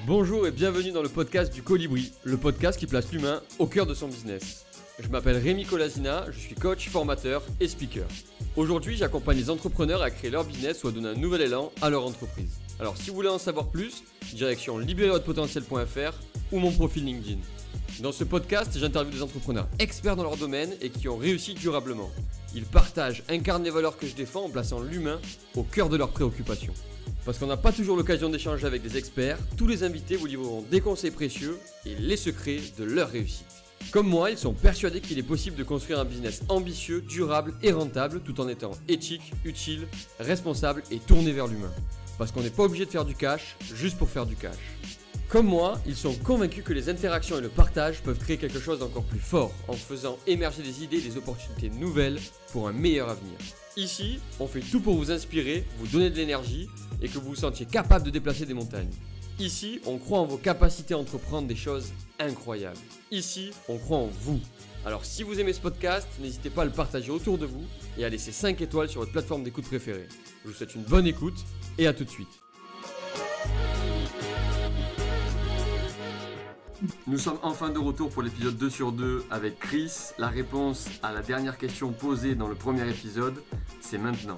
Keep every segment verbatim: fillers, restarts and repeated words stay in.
Bonjour et bienvenue dans le podcast du Colibri, le podcast qui place l'humain au cœur de son business. Je m'appelle Rémi Colasina, je suis coach, formateur et speaker. Aujourd'hui, j'accompagne les entrepreneurs à créer leur business ou à donner un nouvel élan à leur entreprise. Alors si vous voulez en savoir plus, direction libérer votre potentiel point f r ou mon profil LinkedIn. Dans ce podcast, j'interviewe des entrepreneurs experts dans leur domaine et qui ont réussi durablement. Ils partagent, incarnent les valeurs que je défends en plaçant l'humain au cœur de leurs préoccupations. Parce qu'on n'a pas toujours l'occasion d'échanger avec des experts, tous les invités vous livreront des conseils précieux et les secrets de leur réussite. Comme moi, ils sont persuadés qu'il est possible de construire un business ambitieux, durable et rentable tout en étant éthique, utile, responsable et tourné vers l'humain. Parce qu'on n'est pas obligé de faire du cash juste pour faire du cash. Comme moi, ils sont convaincus que les interactions et le partage peuvent créer quelque chose d'encore plus fort en faisant émerger des idées et des opportunités nouvelles pour un meilleur avenir. Ici, on fait tout pour vous inspirer, vous donner de l'énergie et que vous vous sentiez capable de déplacer des montagnes. Ici, on croit en vos capacités à entreprendre des choses incroyables. Ici, on croit en vous. Alors si vous aimez ce podcast, n'hésitez pas à le partager autour de vous et à laisser cinq étoiles sur votre plateforme d'écoute préférée. Je vous souhaite une bonne écoute et à tout de suite. Nous sommes enfin de retour pour l'épisode deux sur deux avec Chris. La réponse à la dernière question posée dans le premier épisode, c'est maintenant.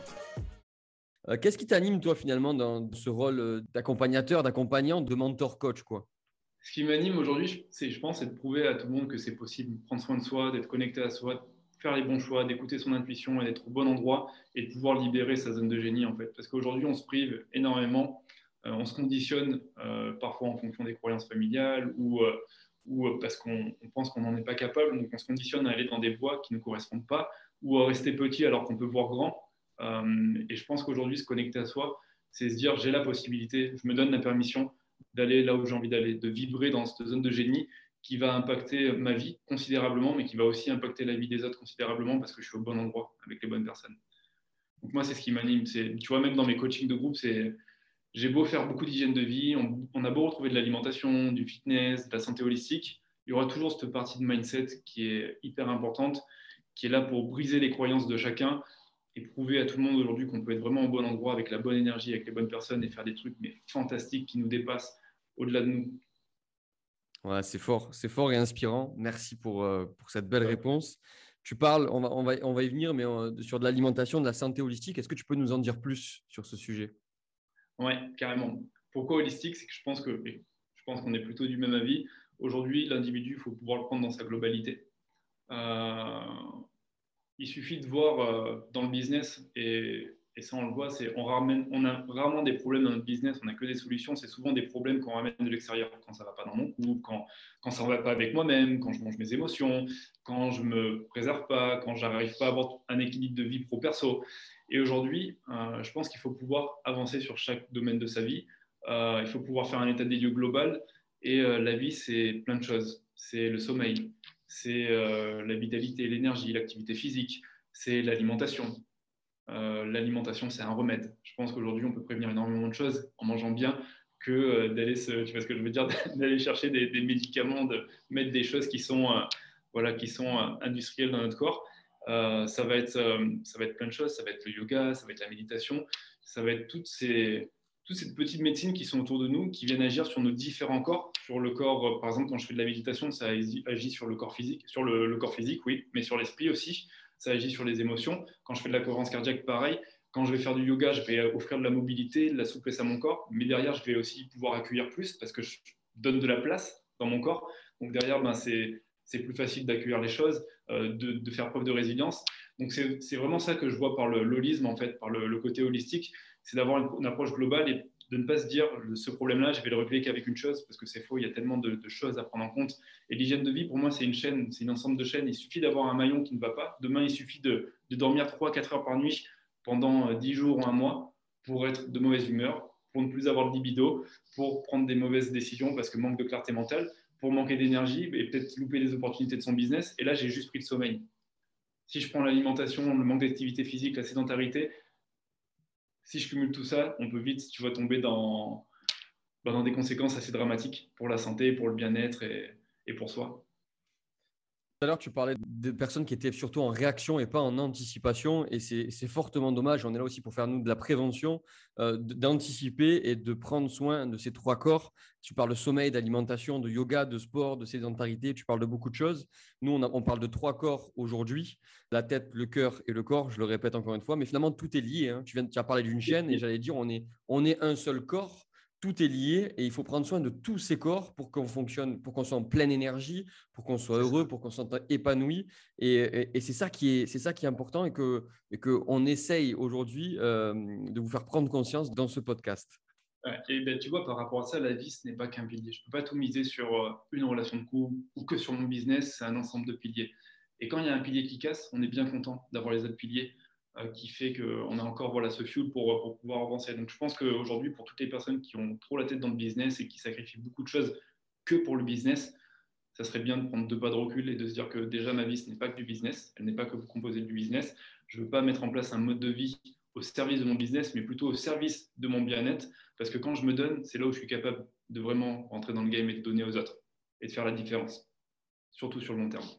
Euh, qu'est-ce qui t'anime toi finalement dans ce rôle d'accompagnateur, d'accompagnant, de mentor coach quoi? Ce qui m'anime aujourd'hui, c'est, je pense, c'est de prouver à tout le monde que c'est possible. Prendre soin de soi, d'être connecté à soi, faire les bons choix, d'écouter son intuition et d'être au bon endroit et de pouvoir libérer sa zone de génie en fait. Parce qu'aujourd'hui, on se prive énormément, euh, on se conditionne euh, parfois en fonction des croyances familiales ou, euh, ou euh, parce qu'on on pense qu'on n'en est pas capable. Donc, on se conditionne à aller dans des voies qui ne nous correspondent pas ou à rester petit alors qu'on peut voir grand. Euh, et je pense qu'aujourd'hui, se connecter à soi, c'est se dire j'ai la possibilité, je me donne la permission d'aller là où j'ai envie d'aller, de vibrer dans cette zone de génie qui va impacter ma vie considérablement, mais qui va aussi impacter la vie des autres considérablement parce que je suis au bon endroit avec les bonnes personnes. Donc moi, c'est ce qui m'anime. C'est, tu vois, même dans mes coachings de groupe, c'est, j'ai beau faire beaucoup d'hygiène de vie, on, on a beau retrouver de l'alimentation, du fitness, de la santé holistique, il y aura toujours cette partie de mindset qui est hyper importante, qui est là pour briser les croyances de chacun et prouver à tout le monde aujourd'hui qu'on peut être vraiment au bon endroit avec la bonne énergie, avec les bonnes personnes et faire des trucs mais fantastiques qui nous dépassent au-delà de nous. Ouais, c'est fort, c'est fort et inspirant. Merci pour, euh, pour cette belle réponse. Tu parles, on va, on va, on va y venir, mais euh, sur de l'alimentation, de la santé holistique. Est-ce que tu peux nous en dire plus sur ce sujet? Ouais, carrément. Pourquoi holistique? C'est que je pense que, et je pense qu'on est plutôt du même avis. Aujourd'hui, l'individu, il faut pouvoir le prendre dans sa globalité. Euh, il suffit de voir euh, dans le business, et, et ça on le voit, c'est on, ramène, on a rarement des problèmes dans notre business, on n'a que des solutions, c'est souvent des problèmes qu'on ramène de l'extérieur, quand ça ne va pas dans mon couple, quand, quand ça ne va pas avec moi-même, quand je mange mes émotions, quand je ne me préserve pas, quand je n'arrive pas à avoir un équilibre de vie pro-perso. Et aujourd'hui, euh, je pense qu'il faut pouvoir avancer sur chaque domaine de sa vie, euh, il faut pouvoir faire un état des lieux global, et euh, la vie, c'est plein de choses. C'est le sommeil, c'est euh, la vitalité, l'énergie, l'activité physique, c'est l'alimentation. Euh, l'alimentation, c'est un remède. Je pense qu'aujourd'hui, on peut prévenir énormément de choses en mangeant bien que euh, d'aller se, tu vois ce que je veux dire, d'aller chercher des, des médicaments, de mettre des choses qui sont, euh, voilà, qui sont euh, industrielles dans notre corps. Euh, ça va être, euh, ça va être plein de choses. Ça va être le yoga, ça va être la méditation, ça va être toutes ces toutes ces petites médecines qui sont autour de nous, qui viennent agir sur nos différents corps. Sur le corps, par exemple, quand je fais de la méditation, ça agit sur le corps physique, sur le, le corps physique, oui, mais sur l'esprit aussi. Ça agit sur les émotions. Quand je fais de la cohérence cardiaque, pareil. Quand je vais faire du yoga, je vais offrir de la mobilité, de la souplesse à mon corps, mais derrière, je vais aussi pouvoir accueillir plus parce que je donne de la place dans mon corps. Donc derrière, ben, c'est, c'est plus facile d'accueillir les choses, euh, de, de faire preuve de résilience. Donc c'est, c'est vraiment ça que je vois par le, l'holisme, en fait, par le, le côté holistique, c'est d'avoir une, une approche globale et de ne pas se dire ce problème-là, je vais le régler qu'avec une chose, parce que c'est faux, il y a tellement de, de choses à prendre en compte. Et l'hygiène de vie, pour moi, c'est une chaîne, c'est une ensemble de chaînes. Il suffit d'avoir un maillon qui ne va pas. Demain, il suffit de, de dormir trois à quatre heures par nuit pendant dix jours ou un mois pour être de mauvaise humeur, pour ne plus avoir de libido, pour prendre des mauvaises décisions parce que manque de clarté mentale, pour manquer d'énergie et peut-être louper les opportunités de son business. Et là, j'ai juste pris le sommeil. Si je prends l'alimentation, le manque d'activité physique, la sédentarité, si je cumule tout ça, on peut vite, tu vas tomber dans, bah, dans des conséquences assez dramatiques pour la santé, pour le bien-être et, et pour soi. à l'heure, tu parlais de personnes qui étaient surtout en réaction et pas en anticipation. Et c'est, c'est fortement dommage. On est là aussi pour faire, nous, de la prévention, euh, d'anticiper et de prendre soin de ces trois corps. Tu parles de sommeil, d'alimentation, de yoga, de sport, de sédentarité. Tu parles de beaucoup de choses. Nous, on, a, on parle de trois corps aujourd'hui. La tête, le cœur et le corps. Je le répète encore une fois. Mais finalement, tout est lié. Hein. Tu viens, tu as parlé d'une chaîne et j'allais dire, on est, on est un seul corps. Tout est lié et il faut prendre soin de tous ces corps pour qu'on fonctionne, pour qu'on soit en pleine énergie, pour qu'on soit heureux, pour qu'on soit épanoui. Et, et, et c'est ça qui est, c'est ça qui est important et que, et que on essaye aujourd'hui euh, de vous faire prendre conscience dans ce podcast. Ouais, et ben, tu vois, par rapport à ça, la vie, ce n'est pas qu'un pilier. Je ne peux pas tout miser sur euh, une relation de couple ou que sur mon business, c'est un ensemble de piliers. Et quand il y a un pilier qui casse, on est bien content d'avoir les autres piliers euh, qui fait qu'on a encore voilà, ce fuel pour, pour pouvoir avancer. Donc je pense qu'aujourd'hui, pour toutes les personnes qui ont trop la tête dans le business et qui sacrifient beaucoup de choses que pour le business, ça serait bien de prendre deux pas de recul et de se dire que déjà ma vie, ce n'est pas que du business, elle n'est pas que composée du business. Je ne veux pas mettre en place un mode de vie au service de mon business, mais plutôt au service de mon bien-être, parce que quand je me donne, c'est là où je suis capable de vraiment rentrer dans le game et de donner aux autres et de faire la différence, surtout sur le long terme.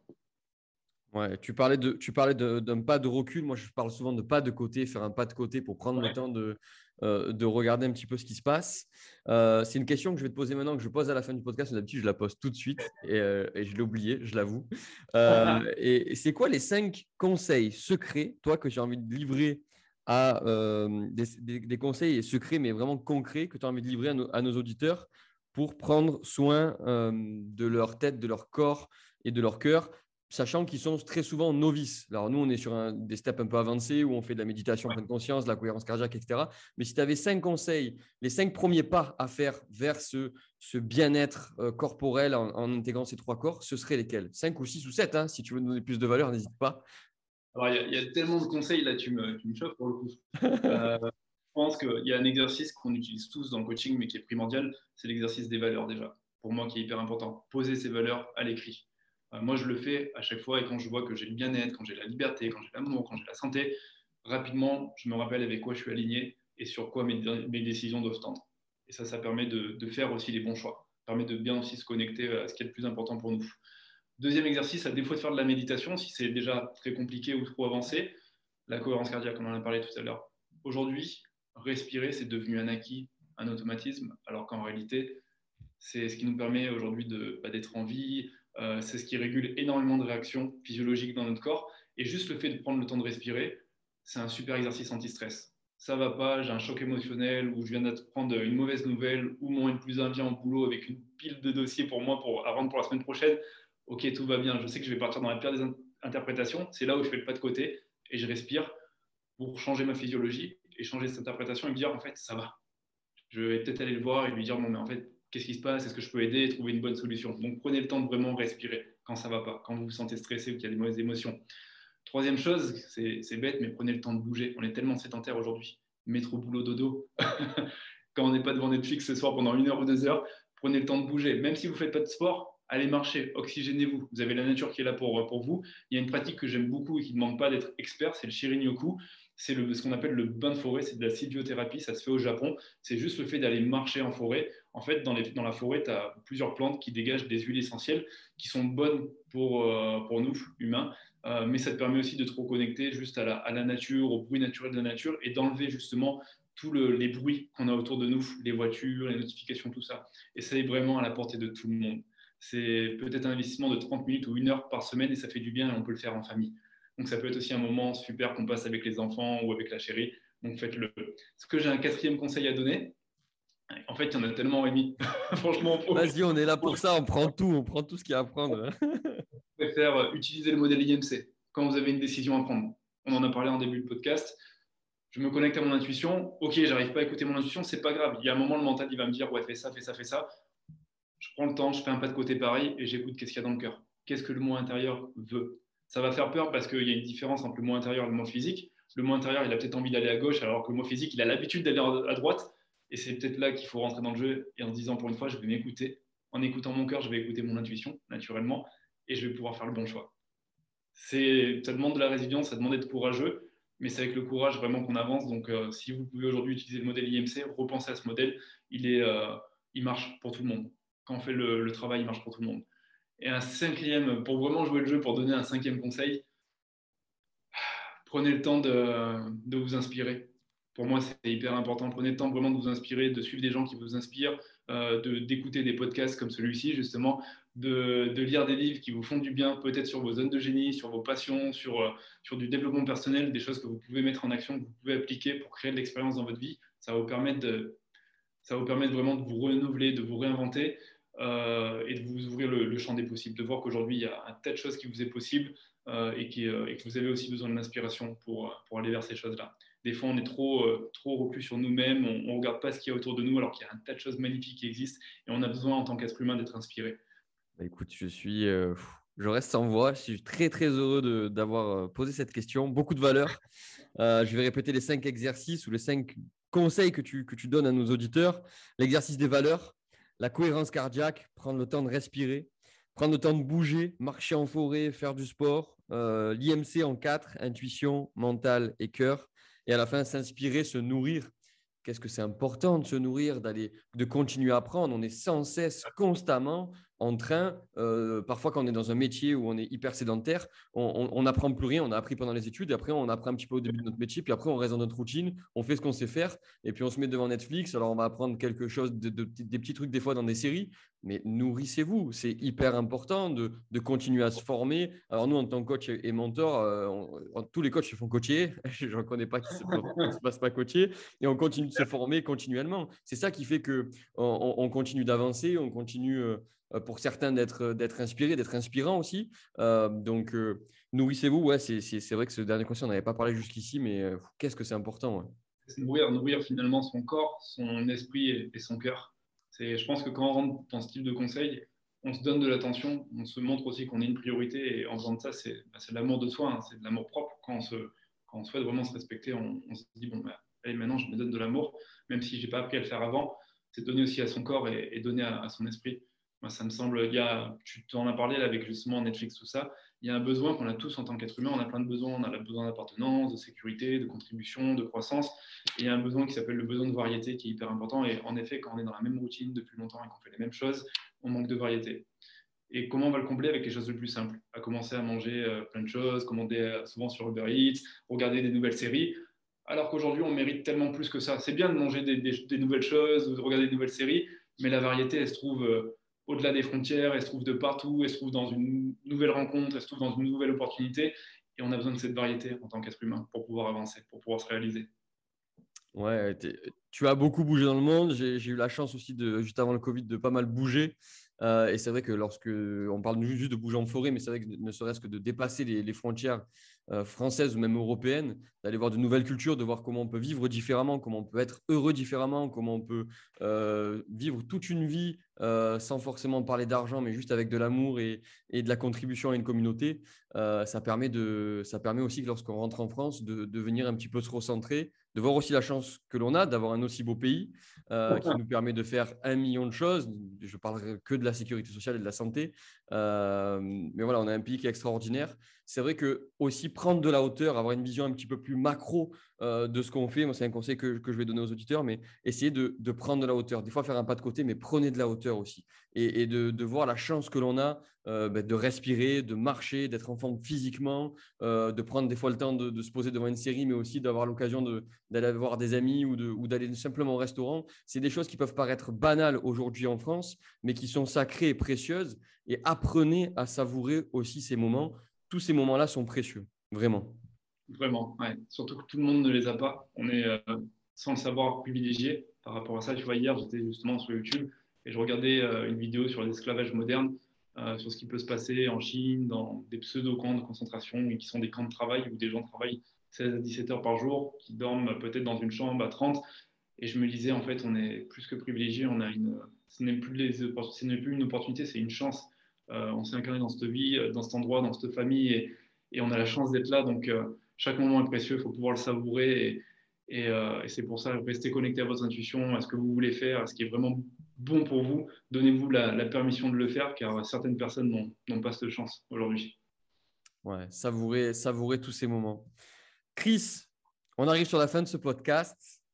Ouais, tu parlais de, tu parlais de, d'un pas de recul. Moi, je parle souvent de pas de côté, faire un pas de côté pour prendre Ouais. le temps de, euh, de regarder un petit peu ce qui se passe. Euh, c'est une question que je vais te poser maintenant, que je pose à la fin du podcast. D'habitude, je la pose tout de suite et, euh, et je l'ai oublié, je l'avoue. Euh, et, et c'est quoi les cinq conseils secrets, toi, que j'ai envie de livrer à euh, des, des, des conseils secrets, mais vraiment concrets, que tu as envie de livrer à, nos, à nos auditeurs pour prendre soin euh, de leur tête, de leur corps et de leur cœur, sachant qu'ils sont très souvent novices. Alors nous, on est sur un, des steps un peu avancés où on fait de la méditation pleine conscience, de la cohérence cardiaque, et cetera. Mais si tu avais cinq conseils, les cinq premiers pas à faire vers ce, ce bien-être euh, corporel en, en intégrant ces trois corps, ce seraient lesquels? Cinq ou six ou sept, hein, si tu veux nous donner plus de valeur, n'hésite pas. Alors, il y, y, a tellement de conseils, là, tu me, tu me chauffes pour le coup. Euh, je pense qu'il y a un exercice qu'on utilise tous dans le coaching, mais qui est primordial, c'est l'exercice des valeurs déjà. Pour moi, qui est hyper important. Poser ses valeurs à l'écrit. Euh, moi, je le fais à chaque fois et quand je vois que j'ai le bien-être, quand j'ai la liberté, quand j'ai l'amour, quand j'ai la santé, rapidement, je me rappelle avec quoi je suis aligné et sur quoi mes, mes décisions doivent tendre. Et ça, ça permet de, de faire aussi les bons choix. Ça permet de bien aussi se connecter à ce qui est le plus important pour nous. Deuxième exercice, à défaut de faire de la méditation, si c'est déjà très compliqué ou trop avancé, la cohérence cardiaque, on en a parlé tout à l'heure. Aujourd'hui, respirer, c'est devenu un acquis, un automatisme, alors qu'en réalité, c'est ce qui nous permet aujourd'hui de, bah, d'être en vie, euh, c'est ce qui régule énormément de réactions physiologiques dans notre corps. Et juste le fait de prendre le temps de respirer, c'est un super exercice anti-stress. Ça va pas, j'ai un choc émotionnel ou je viens d'apprendre une mauvaise nouvelle ou mon N plus un vient en boulot avec une pile de dossiers pour moi pour, à rendre pour la semaine prochaine. Ok, tout va bien, je sais que je vais partir dans la pire des interprétations. C'est là où je fais le pas de côté et je respire pour changer ma physiologie et changer cette interprétation et me dire en fait ça va. Je vais peut-être aller le voir et lui dire bon mais en fait qu'est-ce qui se passe, est-ce que je peux aider et trouver une bonne solution. Donc prenez le temps de vraiment respirer quand ça va pas, quand vous vous sentez stressé ou qu'il y a des mauvaises émotions. Troisième chose, c'est, c'est bête mais prenez le temps de bouger. On est tellement sédentaire aujourd'hui, métro boulot dodo. Quand on n'est pas devant Netflix ce soir pendant une heure ou deux heures, prenez le temps de bouger. Même si vous ne faites pas de sport, allez marcher, oxygénez-vous. Vous avez la nature qui est là pour, pour vous. Il y a une pratique que j'aime beaucoup et qui ne demande pas d'être expert, c'est le Shirin-yoku. C'est le, ce qu'on appelle le bain de forêt, c'est de la sylviothérapie, ça se fait au Japon. C'est juste le fait d'aller marcher en forêt. En fait, dans, les, dans la forêt, tu as plusieurs plantes qui dégagent des huiles essentielles qui sont bonnes pour, euh, pour nous, humains. Euh, mais ça te permet aussi de te reconnecter juste à la, à la nature, au bruit naturel de la nature et d'enlever justement tous le, les bruits qu'on a autour de nous, les voitures, les notifications, tout ça. Et ça est vraiment à la portée de tout le monde. C'est peut-être un investissement de trente minutes ou une heure par semaine et ça fait du bien et on peut le faire en famille. Donc ça peut être aussi un moment super qu'on passe avec les enfants ou avec la chérie. Donc faites-le. Est-ce que j'ai un quatrième conseil à donner? En fait, il y en a tellement, Rémi. Franchement, on Vas-y, on est là pour ça, on prend tout, on prend tout ce qu'il y a à prendre. préfère utiliser le modèle I M C quand vous avez une décision à prendre. On en a parlé en début de podcast. Je me connecte à mon intuition. Ok, j'arrive pas à écouter mon intuition, c'est pas grave. Il y a un moment, le mental, il va me dire, ouais, fais ça, fais ça, fais ça. Je prends le temps, je fais un pas de côté pareil et j'écoute qu'est-ce qu'il y a dans le cœur. Qu'est-ce que le moi intérieur veut? Ça va faire peur parce qu'il y a une différence entre le moi intérieur et le moi physique. Le moi intérieur, il a peut-être envie d'aller à gauche, alors que le moi physique, il a l'habitude d'aller à droite. Et c'est peut-être là qu'il faut rentrer dans le jeu et en se disant, pour une fois, je vais m'écouter. En écoutant mon cœur, je vais écouter mon intuition, naturellement, et je vais pouvoir faire le bon choix. C'est, ça demande de la résilience, ça demande d'être courageux, mais c'est avec le courage vraiment qu'on avance. Donc, euh, si vous pouvez aujourd'hui utiliser le modèle I M C, repensez à ce modèle. Il, est, euh, il marche pour tout le monde. Quand on fait le, le travail, il marche pour tout le monde. Et un cinquième, pour vraiment jouer le jeu, pour donner un cinquième conseil, prenez le temps de, de vous inspirer. Pour moi, c'est hyper important. Prenez le temps vraiment de vous inspirer, de suivre des gens qui vous inspirent, euh, de, d'écouter des podcasts comme celui-ci, justement, de, de lire des livres qui vous font du bien, peut-être sur vos zones de génie, sur vos passions, sur, euh, sur du développement personnel, des choses que vous pouvez mettre en action, que vous pouvez appliquer pour créer de l'expérience dans votre vie. Ça va vous permettre, de, ça va vous permettre vraiment de vous renouveler, de vous réinventer euh, et de vous ouvrir le, le champ des possibles, de voir qu'aujourd'hui, il y a un tas de choses qui vous est possible euh, et, qui, euh, et que vous avez aussi besoin de l'inspiration pour, pour aller vers ces choses-là. Des fois, on est trop, euh, trop reclus sur nous-mêmes, on ne regarde pas ce qu'il y a autour de nous alors qu'il y a un tas de choses magnifiques qui existent et on a besoin en tant qu'être humain d'être inspiré. Bah, écoute, je suis, euh, pff, je reste sans voix. Je suis très très heureux de- d'avoir euh, posé cette question. Beaucoup de valeur. Euh, je vais répéter les cinq exercices ou les cinq conseils que tu, que tu donnes à nos auditeurs. L'exercice des valeurs, la cohérence cardiaque, prendre le temps de respirer, prendre le temps de bouger, marcher en forêt, faire du sport, euh, l'I M C en quatre, intuition, mental et cœur. Et à la fin, s'inspirer, se nourrir. Qu'est-ce que c'est important de se nourrir, d'aller, de continuer à apprendre. On est sans cesse, constamment en train, euh, parfois quand on est dans un métier où on est hyper sédentaire, on n'apprend plus rien, on a appris pendant les études, et après on apprend un petit peu au début de notre métier, puis après on reste dans notre routine, on fait ce qu'on sait faire, et puis on se met devant Netflix, alors on va apprendre quelque chose, de, de, de, des petits trucs des fois dans des séries, mais nourrissez-vous, c'est hyper important de, de continuer à se former. Alors nous, en tant que coach et mentor, euh, on, tous les coachs se font coacher, je n'en connais pas qui ne se, se passent pas coacher, et on continue de se former continuellement. C'est ça qui fait qu'on on, on continue d'avancer, on continue... Euh, pour certains d'être d'être inspirés, d'être inspirants aussi. Euh, donc, euh, nourrissez-vous. Ouais, c'est, c'est, c'est vrai que ce dernier conseil, on n'avait pas parlé jusqu'ici, mais euh, qu'est-ce que c'est important. Ouais. C'est nourrir, nourrir finalement son corps, son esprit et, et son cœur. C'est, je pense que quand on rentre dans ce type de conseil, on se donne de l'attention, on se montre aussi qu'on est une priorité et en faisant de ça, c'est, bah, c'est de l'amour de soi, hein, c'est de l'amour propre. Quand on, se, quand on souhaite vraiment se respecter, on, on se dit, bon, bah, allez, maintenant, je me donne de l'amour, même si je n'ai pas appris à le faire avant. C'est donner aussi à son corps et, et donner à, à son esprit. Moi, ça me semble, il y a, tu t'en as parlé là, avec justement Netflix, tout ça, il y a un besoin qu'on a tous en tant qu'être humain, on a plein de besoins, on a le besoin d'appartenance, de sécurité, de contribution, de croissance, et il y a un besoin qui s'appelle le besoin de variété qui est hyper important, et en effet, quand on est dans la même routine depuis longtemps et qu'on fait les mêmes choses, on manque de variété. Et comment on va le combler avec les choses les plus simples, à commencer à manger euh, plein de choses, commander euh, souvent sur Uber Eats, regarder des nouvelles séries, alors qu'aujourd'hui, on mérite tellement plus que ça. C'est bien de manger des, des, des nouvelles choses, de regarder des nouvelles séries, mais la variété, elle se trouve euh, au-delà des frontières, elle se trouve de partout, elle se trouve dans une nouvelle rencontre, elle se trouve dans une nouvelle opportunité. Et on a besoin de cette variété en tant qu'être humain pour pouvoir avancer, pour pouvoir se réaliser. Ouais, tu as beaucoup bougé dans le monde. J'ai, j'ai eu la chance aussi, de, juste avant le Covid, de pas mal bouger. Euh, et c'est vrai que lorsque on parle juste de bouger en forêt, mais c'est vrai que ne serait-ce que de dépasser les, les frontières euh, françaises ou même européennes, d'aller voir de nouvelles cultures, de voir comment on peut vivre différemment, comment on peut être heureux différemment, comment on peut euh, vivre toute une vie euh, sans forcément parler d'argent, mais juste avec de l'amour et, et de la contribution à une communauté. Euh, ça permet de, ça permet aussi que lorsqu'on rentre en France, de, de venir un petit peu se recentrer, de voir aussi la chance que l'on a d'avoir un aussi beau pays euh, qui nous permet de faire un million de choses. Je parlerai que de la sécurité sociale et de la santé. Euh, mais voilà, on a un pays qui est extraordinaire. C'est vrai que aussi prendre de la hauteur, avoir une vision un petit peu plus macro euh, de ce qu'on fait, moi c'est un conseil que, que je vais donner aux auditeurs, mais essayer de, de prendre de la hauteur. Des fois faire un pas de côté, mais prenez de la hauteur aussi. Et, et de, de voir la chance que l'on a euh, ben, de respirer, de marcher, d'être en forme physiquement, euh, de prendre des fois le temps de, de se poser devant une série, mais aussi d'avoir l'occasion de, d'aller voir des amis ou, de, ou d'aller simplement au restaurant. C'est des choses qui peuvent paraître banales aujourd'hui en France, mais qui sont sacrées et précieuses. Et apprenez à savourer aussi ces moments. Tous ces moments-là sont précieux, vraiment. Vraiment, ouais. Surtout que tout le monde ne les a pas. On est, euh, sans le savoir, privilégié par rapport à ça. Tu vois, hier, j'étais justement sur YouTube et je regardais euh, une vidéo sur l'esclavage moderne, euh, sur ce qui peut se passer en Chine, dans des pseudo-camps de concentration, et qui sont des camps de travail où des gens travaillent seize à dix-sept heures par jour, qui dorment peut-être dans une chambre à trente. Et je me disais, en fait, on est plus que privilégié. On a une, ce n'est plus, les, ce n'est plus une opportunité, c'est une chance. Euh, on s'est incarné dans cette vie, dans cet endroit, dans cette famille, et, et on a la chance d'être là. Donc, euh, chaque moment est précieux, il faut pouvoir le savourer. Et, et, euh, et c'est pour ça, restez connecté à votre intuition, à ce que vous voulez faire, à ce qui est vraiment bon pour vous. Donnez-vous la, la permission de le faire, car certaines personnes n'ont, n'ont pas cette chance aujourd'hui. Ouais, savourer, savourer tous ces moments. Chris, on arrive sur la fin de ce podcast.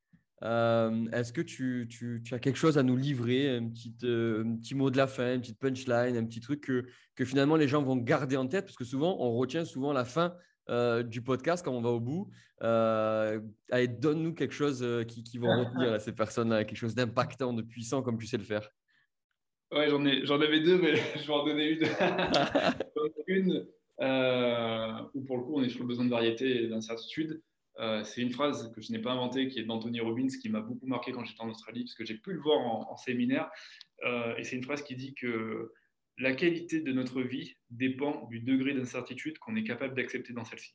Euh, est-ce que tu, tu- tu as quelque chose à nous livrer, un petit, euh, un petit mot de la fin, une petite punchline, un petit truc que, que finalement les gens vont garder en tête? Parce que souvent, on retient souvent la fin euh, du podcast quand on va au bout. Euh, allez, donne-nous quelque chose euh, qui, qui vont retenir là, ces personnes-là, quelque chose d'impactant, de puissant comme tu sais le faire. Ouais, j'en ai, j'en avais deux, mais je vais en donner une. Une, euh, où pour le coup, on est sur le besoin de variété et d'incertitude. Euh, c'est une phrase que je n'ai pas inventée, qui est d'Anthony Robbins, qui m'a beaucoup marqué quand j'étais en Australie, parce que j'ai pu le voir en, en séminaire. Euh, et c'est une phrase qui dit que la qualité de notre vie dépend du degré d'incertitude qu'on est capable d'accepter dans celle-ci.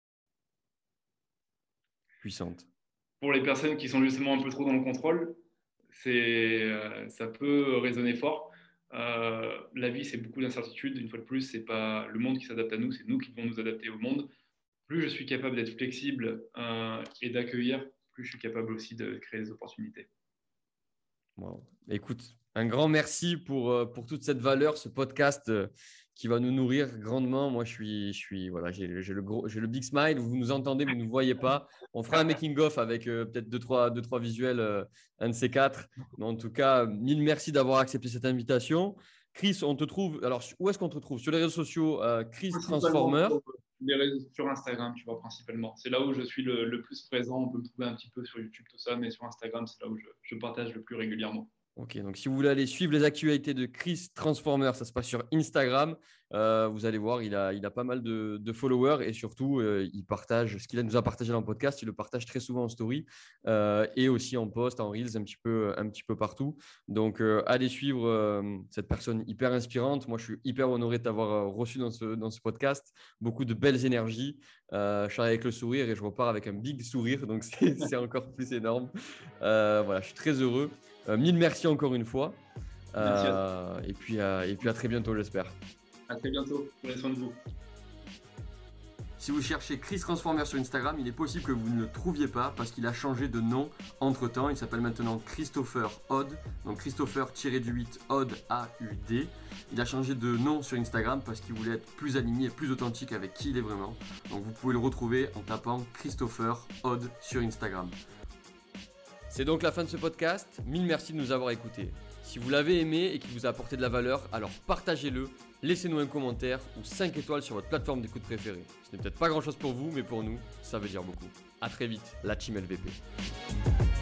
Puissante. Pour les personnes qui sont justement un peu trop dans le contrôle, c'est, euh, ça peut résonner fort. Euh, la vie, c'est beaucoup d'incertitudes. Une fois de plus, c'est pas le monde qui s'adapte à nous, c'est nous qui devons nous adapter au monde. Plus je suis capable d'être flexible euh, et d'accueillir, plus je suis capable aussi de créer des opportunités. Wow. Écoute, un grand merci pour, euh, pour toute cette valeur, ce podcast euh, qui va nous nourrir grandement. Moi, je suis, je suis, voilà, j'ai, j'ai le gros, j'ai le big smile. Vous nous entendez, vous ne nous voyez pas. On fera un making-of avec euh, peut-être deux, trois, deux, trois visuels, euh, un de ces quatre. Mais en tout cas, mille merci d'avoir accepté cette invitation. Chris, on te trouve. Alors, où est-ce qu'on te trouve? Sur les réseaux sociaux, euh, Chris Principalement Transformer. sur les réseaux, sur Instagram, tu vois, principalement. C'est là où je suis le, le plus présent. On peut me trouver un petit peu sur YouTube, tout ça, mais sur Instagram, c'est là où je, je partage le plus régulièrement. Ok, donc si vous voulez aller suivre les actualités de Chris Transformer, ça se passe sur Instagram. Euh, vous allez voir, il a, il a pas mal de, de followers et surtout, euh, il partage ce qu'il nous a partagé dans le podcast. Il le partage très souvent en story euh, et aussi en post, en reels, un petit peu, un petit peu partout. Donc, euh, allez suivre euh, cette personne hyper inspirante. Moi, je suis hyper honoré de t'avoir reçu dans ce, dans ce podcast. Beaucoup de belles énergies. Euh, je suis avec le sourire et je repars avec un big sourire, donc c'est, c'est encore plus énorme. Euh, voilà, je suis très heureux. Euh, mille merci encore une fois. Euh, et, puis, euh, et puis à très bientôt, j'espère. À très bientôt. Prenez soin de vous. Si vous cherchez Chris Transformer sur Instagram, il est possible que vous ne le trouviez pas parce qu'il a changé de nom entre temps. Il s'appelle maintenant Christopher Odd, donc Christopher du huit Odd A U D. Il a changé de nom sur Instagram parce qu'il voulait être plus aligné et plus authentique avec qui il est vraiment. Donc vous pouvez le retrouver en tapant Christopher Odd sur Instagram. C'est donc la fin de ce podcast. Mille merci de nous avoir écoutés. Si vous l'avez aimé et qu'il vous a apporté de la valeur, alors partagez-le, laissez-nous un commentaire ou cinq étoiles sur votre plateforme d'écoute préférée. Ce n'est peut-être pas grand-chose pour vous, mais pour nous, ça veut dire beaucoup. A très vite, la Team L V P.